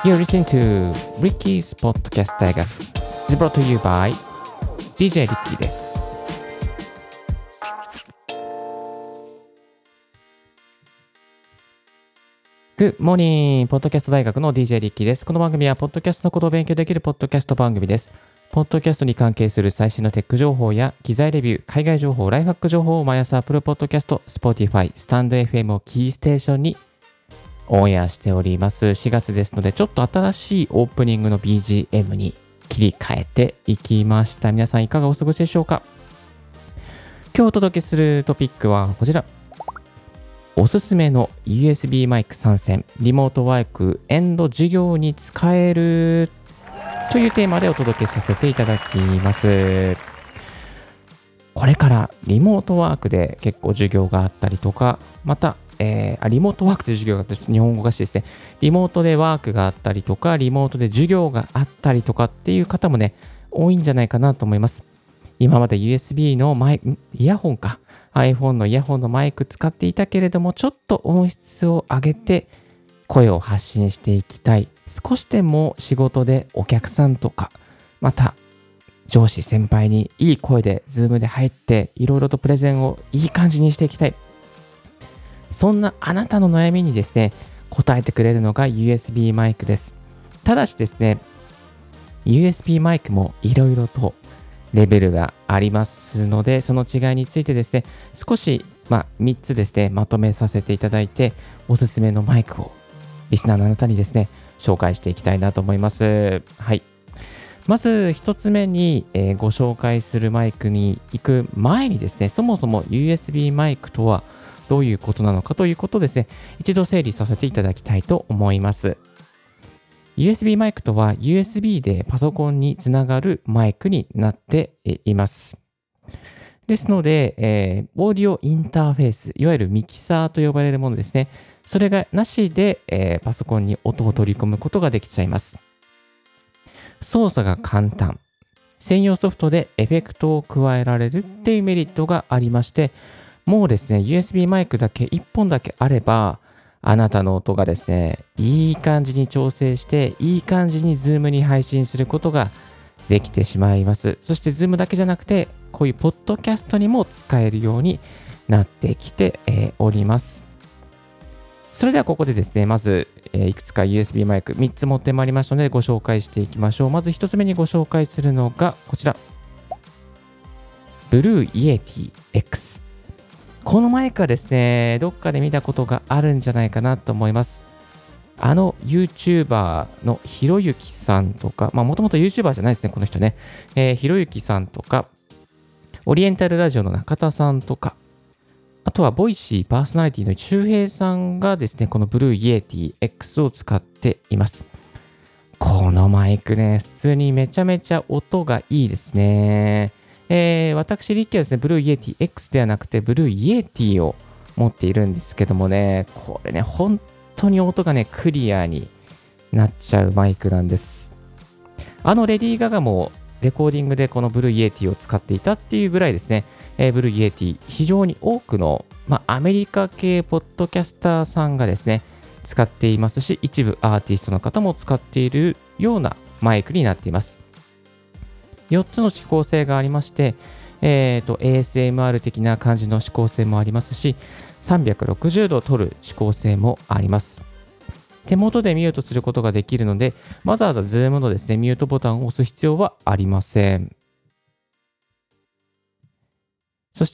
You're listening to Ricky's Podcast 大学 It's brought to you by DJ Ricky です。Good morning! ポッドキャスト大学の DJ リッキーです。この番組はポッドキャストのことを勉強できるポッドキャスト番組です。ポッドキャストに関係する最新のテック情報や機材レビュー、海外情報、ライフハック情報を毎朝 Apple Podcast、Spotify、スタンド FM をキーステーションにオンエアしております。4月ですので、ちょっと新しいオープニングの BGM に切り替えていきました。皆さんいかがお過ごしでしょうか？今日お届けするトピックはこちら。おすすめの USB マイク参戦、リモートワークエンド授業に使えるというテーマでお届けさせていただきます。これからリモートワークで結構授業があったりとか、また、リモートワークで授業があったり、日本語がしですね、リモートでワークがあったりとか、リモートで授業があったりとかっていう方もね、多いんじゃないかなと思います。今まで USB のイヤホンか、iPhone のイヤホンのマイク使っていたけれども、ちょっと音質を上げて声を発信していきたい。少しでも仕事でお客さんとか、また上司先輩にいい声で Zoom で入っていろいろとプレゼンをいい感じにしていきたい。そんなあなたの悩みにですね、答えてくれるのが USB マイクです。ただしですね、USB マイクもいろいろとレベルがありますので、その違いについてですね、少し3つですね、まとめさせていただいて、おすすめのマイクをリスナーのあなたにですね、紹介していきたいなと思います。はい。まず1つ目に、ご紹介するマイクに行く前にですね、そもそも USB マイクとはどういうことなのかということをですね、一度整理させていただきたいと思います。USB マイクとは USB でパソコンにつながるマイクになっています。ですので、オーディオインターフェース、いわゆるミキサーと呼ばれるものですね。それがなしで、パソコンに音を取り込むことができちゃいます。操作が簡単。専用ソフトでエフェクトを加えられるっていうメリットがありまして、もうですね、USB マイクだけ1本だけあれば、あなたの音がですね、いい感じに調整して、いい感じに Zoom に配信することができてしまいます。そして Zoom だけじゃなくて、こういうポッドキャストにも使えるようになってきて、おります。それではここでですね、まず、いくつか USB マイク3つ持ってまいりましたのでご紹介していきましょう。まず1つ目にご紹介するのがこちら。Blue Yeti X。このマイクはですね、どっかで見たことがあるんじゃないかなと思います。YouTuber のひろゆきさんとか、もともと YouTuber じゃないですね、この人ね。ひろゆきさんとか、オリエンタルラジオの中田さんとか、あとはボイシーパーソナリティの周平さんがですね、この Blue Yeti X を使っています。このマイクね、普通にめちゃめちゃ音がいいですね。私、リッキーはですね、Blue Yeti X ではなくて Blue Yeti を持っているんですけどもね、これね、本当に音がね、クリアになっちゃうマイクなんです。レディー・ガガもレコーディングでこの Blue Yeti を使っていたっていうぐらいですね、Blue Yeti 非常に多くの、アメリカ系ポッドキャスターさんがですね、使っていますし、一部アーティストの方も使っているようなマイクになっています。4つの指向性がありまして、ASMR 的な感じの指向性もありますし、360度撮る指向性もあります。手元でミュートすることができるので、わざわざ Zoom のですね、ミュートボタンを押す必要はありません。そして、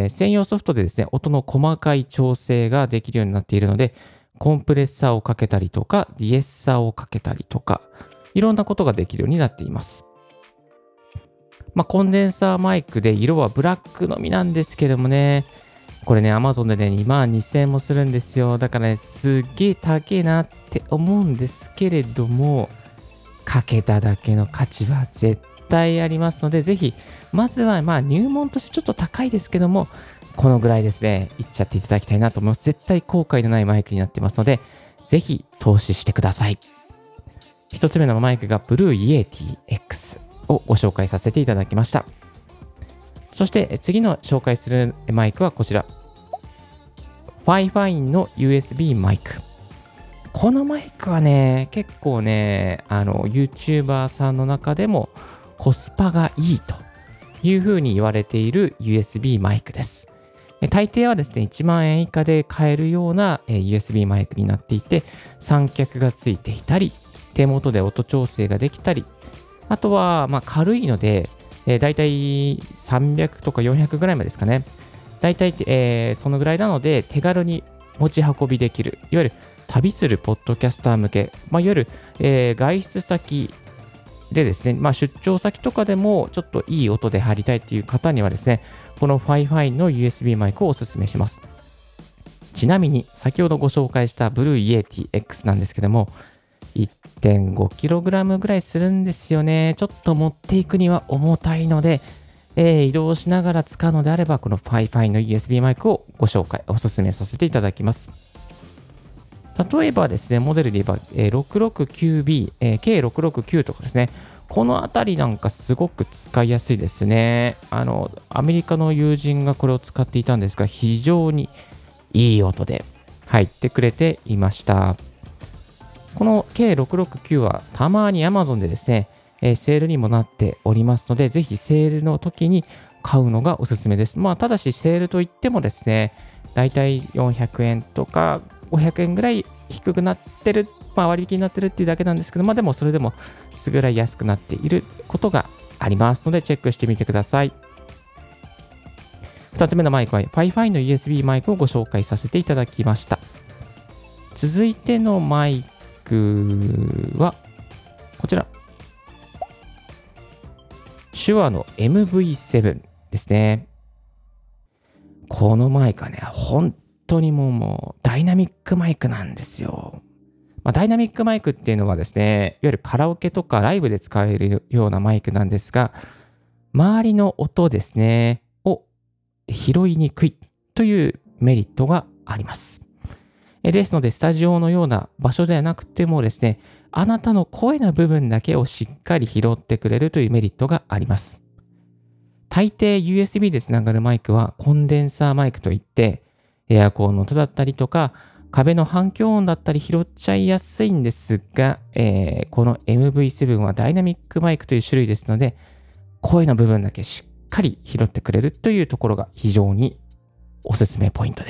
専用ソフトでですね、音の細かい調整ができるようになっているので、コンプレッサーをかけたりとか、ディエッサーをかけたりとか、いろんなことができるようになっています。コンデンサーマイクで色はブラックのみなんですけどもね、これね、Amazon でね、22,000円もするんですよ。だからね、すっげえ高えなって思うんですけれども、かけただけの価値は絶対ありますので、ぜひ、まずは入門としてちょっと高いですけども、このぐらいですね、いっちゃっていただきたいなと思います。絶対後悔のないマイクになってますので、ぜひ投資してください。一つ目のマイクが Blue Yeti X をご紹介させていただきました。そして次の紹介するマイクはこちら。ファイファインの USB マイク。 このマイクはね、結構ね、YouTuber さんの中でもコスパがいいというふうに言われている USB マイクです。大抵はですね、1万円以下で買えるような USB マイクになっていて、三脚がついていたり、手元で音調整ができたり、あとは軽いので、だいたい300とか400ぐらいまでですかね。だいたい、そのぐらいなので、手軽に持ち運びできる。いわゆる旅するポッドキャスター向け、いわゆる、外出先でですね、出張先とかでもちょっといい音で貼りたいっていう方にはですね、この Fi-Fi の USB マイクをお勧めします。ちなみに、先ほどご紹介した Blue Yeti X なんですけども、1.5kg ぐらいするんですよね。ちょっと持っていくには重たいので、移動しながら使うのであれば、この Fi-Fi の USB マイクをご紹介、お勧めさせていただきます。例えばですね、モデルで言えば、669B、K669 とかですね、このあたりなんかすごく使いやすいですね。アメリカの友人がこれを使っていたんですが、非常にいい音で入ってくれていました。この K669 はたまに Amazon でですね、セールにもなっておりますので、ぜひセールの時に買うのがおすすめです。ただしセールといってもですね、だいたい400円とか500円ぐらい低くなってる、割引になってるっていうだけなんですけど、でもそれでもすぐらい安くなっていることがありますので、チェックしてみてください。2つ目のマイクは Fi-Fi の USB マイクをご紹介させていただきました。続いてのマイクはこちら。手話の MV7 ですね。このマイクはね、本当にもうダイナミックマイクなんですよ。ダイナミックマイクっていうのはですね、いわゆるカラオケとかライブで使えるようなマイクなんですが、周りの音ですね、を拾いにくいというメリットがあります。ですので、スタジオのような場所ではなくてもですね、あなたの声の部分だけをしっかり拾ってくれるというメリットがあります。大抵 USB でつながるマイクはコンデンサーマイクといって、エアコンの音だったりとか、壁の反響音だったり拾っちゃいやすいんですが、この MV7 はダイナミックマイクという種類ですので、声の部分だけしっかり拾ってくれるというところが非常におすすめポイントです。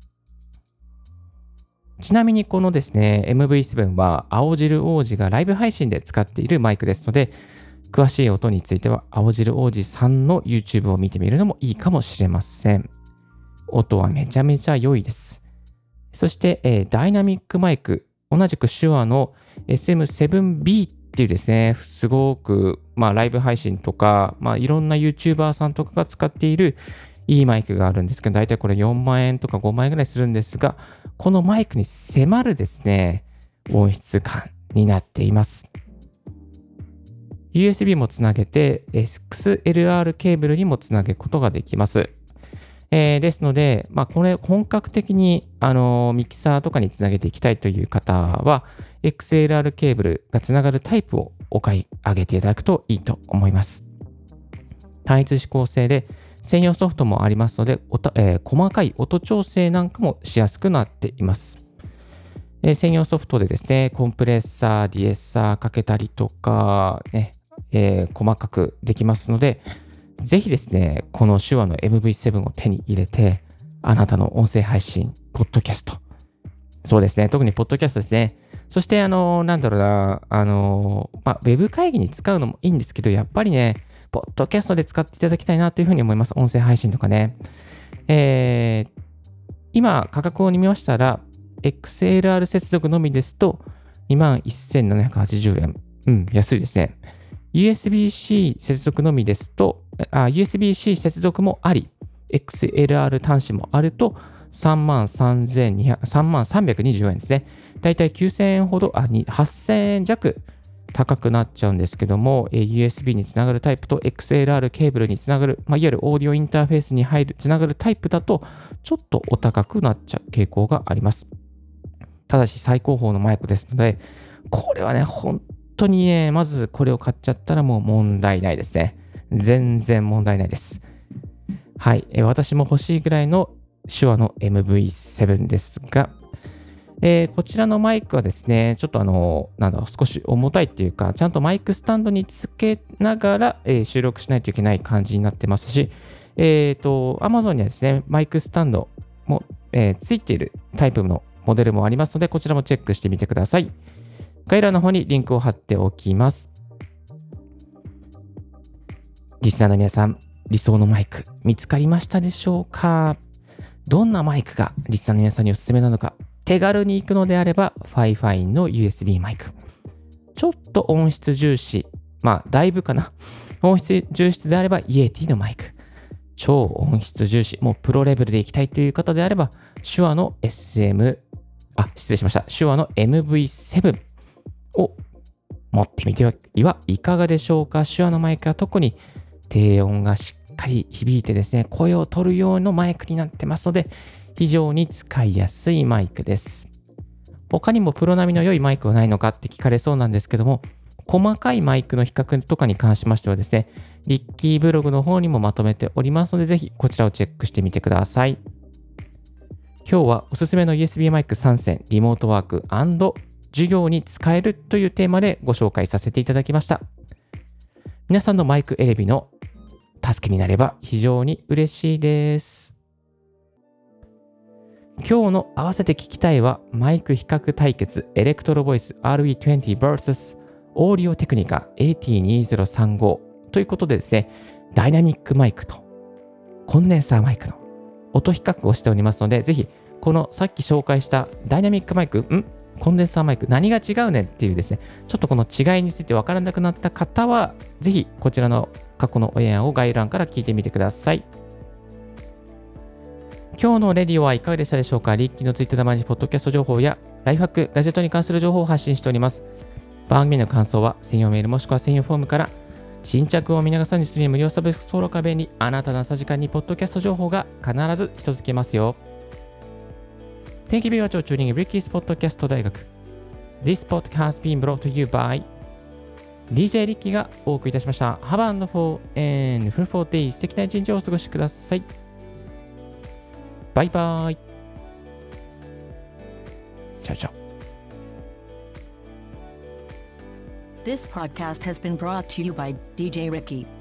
ちなみにこのですね、MV7 は青汁王子がライブ配信で使っているマイクですので、詳しい音については青汁王子さんの YouTube を見てみるのもいいかもしれません。音はめちゃめちゃ良いです。そして、ダイナミックマイク、同じく手話の SM7B っていうですね、すごく、ライブ配信とか、いろんな YouTuber さんとかが使っているいいマイクがあるんですけど、だいたいこれ4万円とか5万円ぐらいするんですが、このマイクに迫るですね、音質感になっています。USB もつなげて、XLR ケーブルにもつなげることができます。ですので、これ本格的に、ミキサーとかにつなげていきたいという方は、XLR ケーブルがつながるタイプをお買い上げていただくといいと思います。単一指向性で専用ソフトもありますので、細かい音調整なんかもしやすくなっています。専用ソフトでですね、コンプレッサー、ディエッサーかけたりとか、細かくできますので、ぜひですね、この手話の MV7 を手に入れて、あなたの音声配信、ポッドキャスト。そうですね、特にポッドキャストですね。そして、ウェブ会議に使うのもいいんですけど、やっぱりね、ポッドキャストで使っていただきたいなというふうに思います。音声配信とかね。今、価格を見ましたら、XLR 接続のみですと、21,780円。安いですね。USB-C 接続のみですと、USB-C 接続もあり、XLR 端子もあると、33,324円ですね。だいたい9,000円ほど、8,000円弱高くなっちゃうんですけども、USB につながるタイプと XLR ケーブルにつながる、いわゆるオーディオインターフェースにつながるタイプだと、ちょっとお高くなっちゃう傾向があります。ただし最高峰のマイクですので、これはね、本当にね、まずこれを買っちゃったらもう問題ないですね。全然問題ないです。はい、私も欲しいぐらいの手話の MV7 ですが、 こちらのマイクはですね、ちょっと少し重たいっていうか、ちゃんとマイクスタンドにつけながら、収録しないといけない感じになってますし、Amazon にはですね、マイクスタンドも、ついているタイプのモデルもありますので、こちらもチェックしてみてください。概要欄の方にリンクを貼っておきます。リスナーの皆さん、理想のマイク見つかりましたでしょうか？どんなマイクがリスナーの皆さんにおすすめなのか、手軽に行くのであれば、ファイファインの USB マイク。ちょっと音質重視、だいぶかな。音質重視であれば、イエティのマイク。超音質重視、もうプロレベルで行きたいという方であれば、手話の 手話の MV7 を持ってみてはいかがでしょうか。手話のマイクは特に低音がしっかり響いてですね、声を取る用のマイクになってますので、非常に使いやすいマイクです。他にもプロ並みの良いマイクはないのかって聞かれそうなんですけども、細かいマイクの比較とかに関しましてはですね、リッキーブログの方にもまとめておりますので、ぜひこちらをチェックしてみてください。今日はおすすめの USB マイク3選、リモートワーク&授業に使えるというテーマでご紹介させていただきました。皆さんのマイク選びの助けになれば非常に嬉しいです。今日の合わせて聞きたいはマイク比較対決エレクトロボイス RE20 vs オーディオテクニカ AT2035 ということでですね、ダイナミックマイクとコンデンサーマイクの音比較をしておりますので、ぜひこのさっき紹介したダイナミックマイク、コンデンサーマイク何が違うねんっていうですね、ちょっとこの違いについて分からなくなった方は、ぜひこちらの過去のオンエアを概要欄から聞いてみてください。今日のレディオはいかがでしたでしょうか？リッキーのツイッターで毎日ポッドキャスト情報やライフハック、ガジェットに関する情報を発信しております。番組の感想は専用メールもしくは専用フォームから、新着を見逃さずにする無料サブスク登録が便利、あなたの朝時間にポッドキャスト情報が必ず一つけますよ。Thank you very much for tuning in Ricky's Podcast 大学。This podcast has been brought to you by DJ リッキーがお送りいたしました。Have a wonderful and fruitful day。素敵な一日をお過ごしください。バイバイ。チャオチャオ。 This podcast has been brought to you by DJ Ricky.